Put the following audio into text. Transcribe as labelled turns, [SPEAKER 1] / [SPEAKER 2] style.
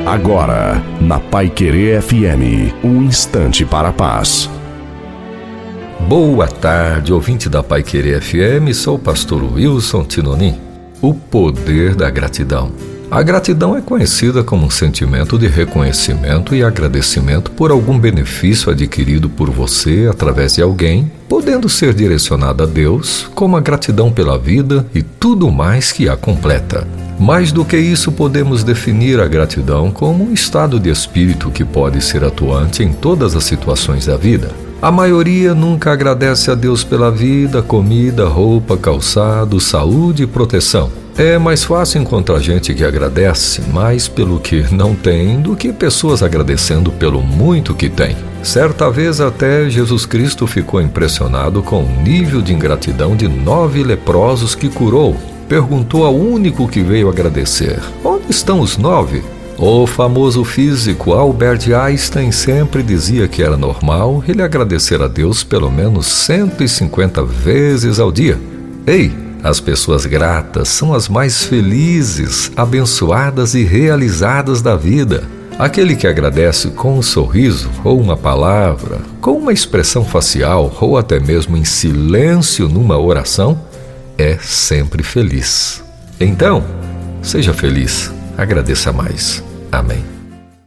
[SPEAKER 1] Agora, na Paiquerê FM, um instante para a paz.
[SPEAKER 2] Boa tarde, ouvinte da Paiquerê FM, sou o pastor Wilson Tinonim. O poder da gratidão. A gratidão é conhecida como um sentimento de reconhecimento e agradecimento por algum benefício adquirido por você através de alguém, podendo ser direcionada a Deus, como a gratidão pela vida e tudo mais que a completa. Mais do que isso, podemos definir a gratidão como um estado de espírito que pode ser atuante em todas as situações da vida. A maioria nunca agradece a Deus pela vida, comida, roupa, calçado, saúde e proteção. É mais fácil encontrar gente que agradece mais pelo que não tem do que pessoas agradecendo pelo muito que tem. Certa vez até Jesus Cristo ficou impressionado com o nível de ingratidão de 9 leprosos que curou. Perguntou ao único que veio agradecer: onde estão os 9? O famoso físico Albert Einstein sempre dizia que era normal ele agradecer a Deus pelo menos 150 vezes ao dia. Ei! As pessoas gratas são as mais felizes, abençoadas e realizadas da vida. Aquele que agradece com um sorriso ou uma palavra, com uma expressão facial ou até mesmo em silêncio numa oração, é sempre feliz. Então, seja feliz, agradeça mais. Amém.